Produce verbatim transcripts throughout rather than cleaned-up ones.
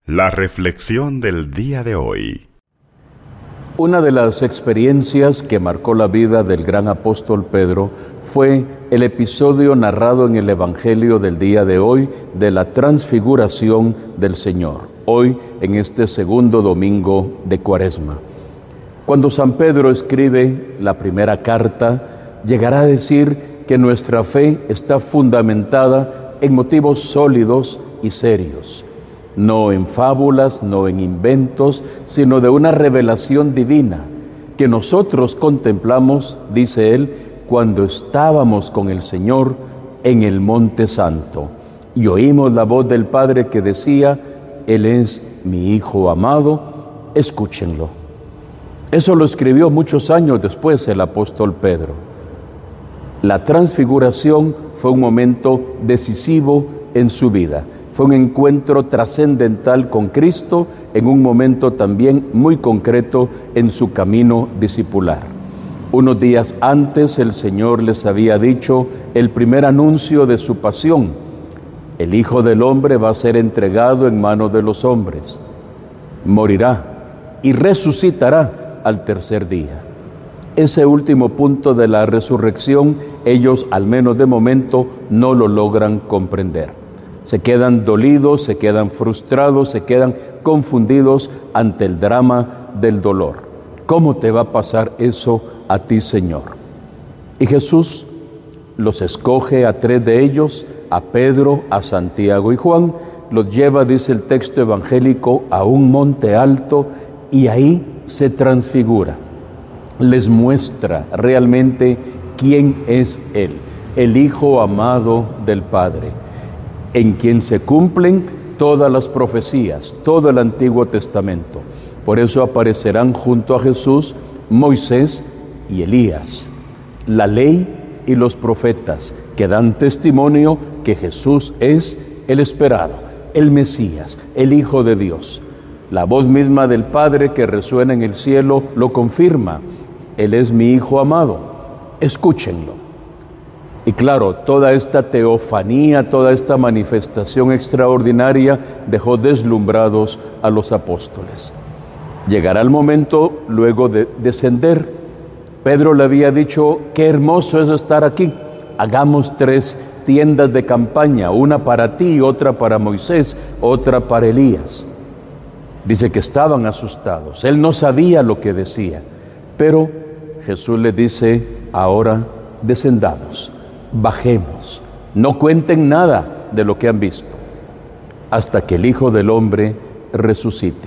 La reflexión del día de hoy. Una de las experiencias que marcó la vida del gran apóstol Pedro fue el episodio narrado en el Evangelio del día de hoy de la transfiguración del Señor, hoy en este segundo domingo de Cuaresma. Cuando San Pedro escribe la primera carta, llegará a decir que nuestra fe está fundamentada en motivos sólidos y serios, no en fábulas, no en inventos, sino de una revelación divina que nosotros contemplamos, dice él, cuando estábamos con el Señor en el Monte Santo y oímos la voz del Padre que decía: Él es mi Hijo amado, escúchenlo. Eso lo escribió muchos años después el apóstol Pedro. La transfiguración fue un momento decisivo en su vida. Fue un encuentro trascendental con Cristo en un momento también muy concreto en su camino discipular. Unos días antes el Señor les había dicho el primer anuncio de su pasión: el Hijo del Hombre va a ser entregado en manos de los hombres, morirá y resucitará al tercer día. Ese último punto de la resurrección ellos, al menos de momento, no lo logran comprender. Se quedan dolidos, se quedan frustrados, se quedan confundidos ante el drama del dolor. ¿Cómo te va a pasar eso a ti, Señor? Y Jesús los escoge a tres de ellos, a Pedro, a Santiago y Juan, los lleva, dice el texto evangélico, a un monte alto y ahí se transfigura. Les muestra realmente quién es Él, el Hijo amado del Padre, en quien se cumplen todas las profecías, todo el Antiguo Testamento. Por eso aparecerán junto a Jesús Moisés y Elías, la ley y los profetas, que dan testimonio que Jesús es el esperado, el Mesías, el Hijo de Dios. La voz misma del Padre que resuena en el cielo lo confirma: Él es mi Hijo amado, escúchenlo. Y claro, toda esta teofanía, toda esta manifestación extraordinaria dejó deslumbrados a los apóstoles. Llegará el momento luego de descender. Pedro le había dicho: qué hermoso es estar aquí, hagamos tres tiendas de campaña, una para ti, otra para Moisés, otra para Elías. Dice que estaban asustados, él no sabía lo que decía, pero Jesús le dice: ahora descendamos, bajemos, no cuenten nada de lo que han visto, hasta que el Hijo del Hombre resucite.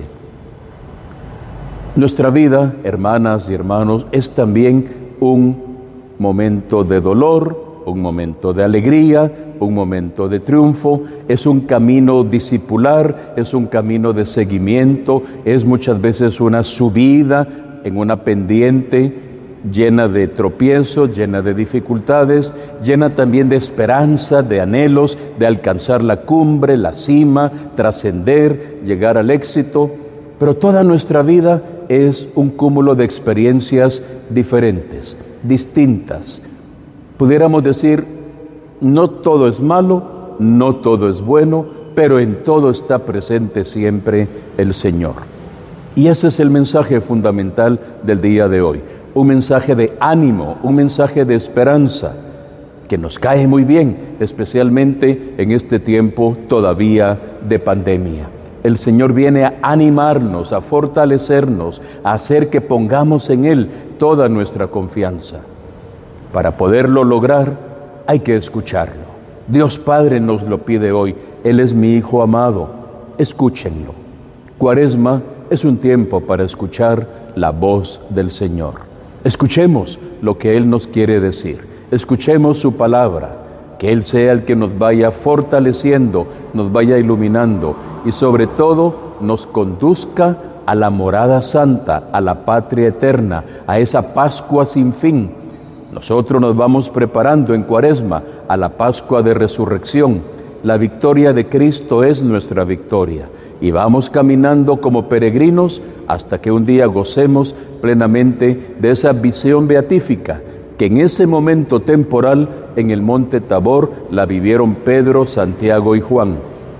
Nuestra vida, hermanas y hermanos, es también un momento de dolor, un momento de alegría, un momento de triunfo, es un camino discipular, es un camino de seguimiento, es muchas veces una subida en una pendiente llena de tropiezos, llena de dificultades, llena también de esperanza, de anhelos, de alcanzar la cumbre, la cima, trascender, llegar al éxito. Pero toda nuestra vida es un cúmulo de experiencias diferentes, distintas. Pudiéramos decir, no todo es malo, no todo es bueno, pero en todo está presente siempre el Señor. Y ese es el mensaje fundamental del día de hoy. Un mensaje de ánimo, un mensaje de esperanza, que nos cae muy bien, especialmente en este tiempo todavía de pandemia. El Señor viene a animarnos, a fortalecernos, a hacer que pongamos en Él toda nuestra confianza. Para poderlo lograr, hay que escucharlo. Dios Padre nos lo pide hoy: Él es mi Hijo amado, escúchenlo. Cuaresma es un tiempo para escuchar la voz del Señor. Escuchemos lo que Él nos quiere decir, escuchemos su palabra, que Él sea el que nos vaya fortaleciendo, nos vaya iluminando y sobre todo nos conduzca a la morada santa, a la patria eterna, a esa Pascua sin fin. Nosotros nos vamos preparando en Cuaresma a la Pascua de Resurrección. La victoria de Cristo es nuestra victoria. Y vamos caminando como peregrinos hasta que un día gocemos plenamente de esa visión beatífica, que en ese momento temporal en el monte Tabor la vivieron Pedro, Santiago y Juan.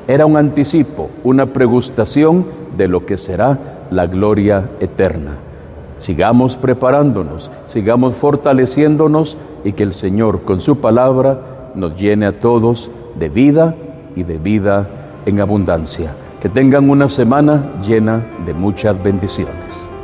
era un anticipo, una pregustación de lo que será la gloria eterna. Sigamos preparándonos, sigamos fortaleciéndonos y que el Señor con su palabra nos llene a todos de vida y de vida en abundancia. Que tengan una semana llena de muchas bendiciones.